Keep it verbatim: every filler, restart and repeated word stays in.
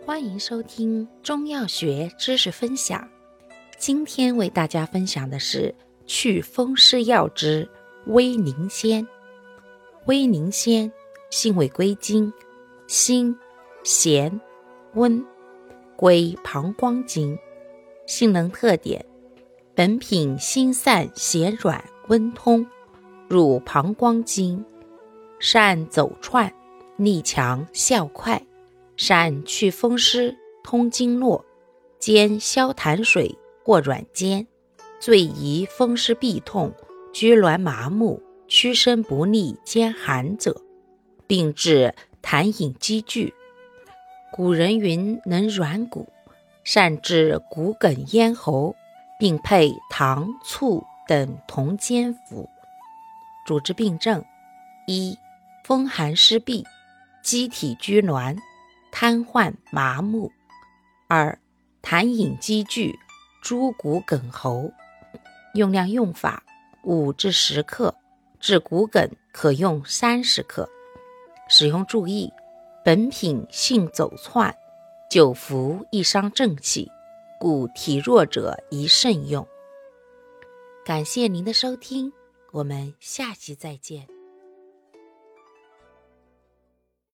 欢迎收听中药学知识分享。今天为大家分享的是祛风湿药之威宁仙。威宁仙性味归经：辛、咸、温，归膀胱经。性能特点：本品辛散咸软温通，入膀胱经，善走窜，力强效快，善祛风湿通经络，兼消痰水或软坚，最宜风湿痹痛、拘挛麻木、屈伸不利兼寒者，并治痰饮积聚。古人云能软骨，善治骨梗咽喉，并配糖、醋等同煎服。主治病症：一、风寒湿痹，机体拘挛，瘫痪麻木；二、痰饮积聚，诸骨梗喉。用量用法：五至十克，治骨梗可用三十克。使用注意：本品性走窜，久服易伤正气，故体弱者宜慎用。感谢您的收听，我们下期再见。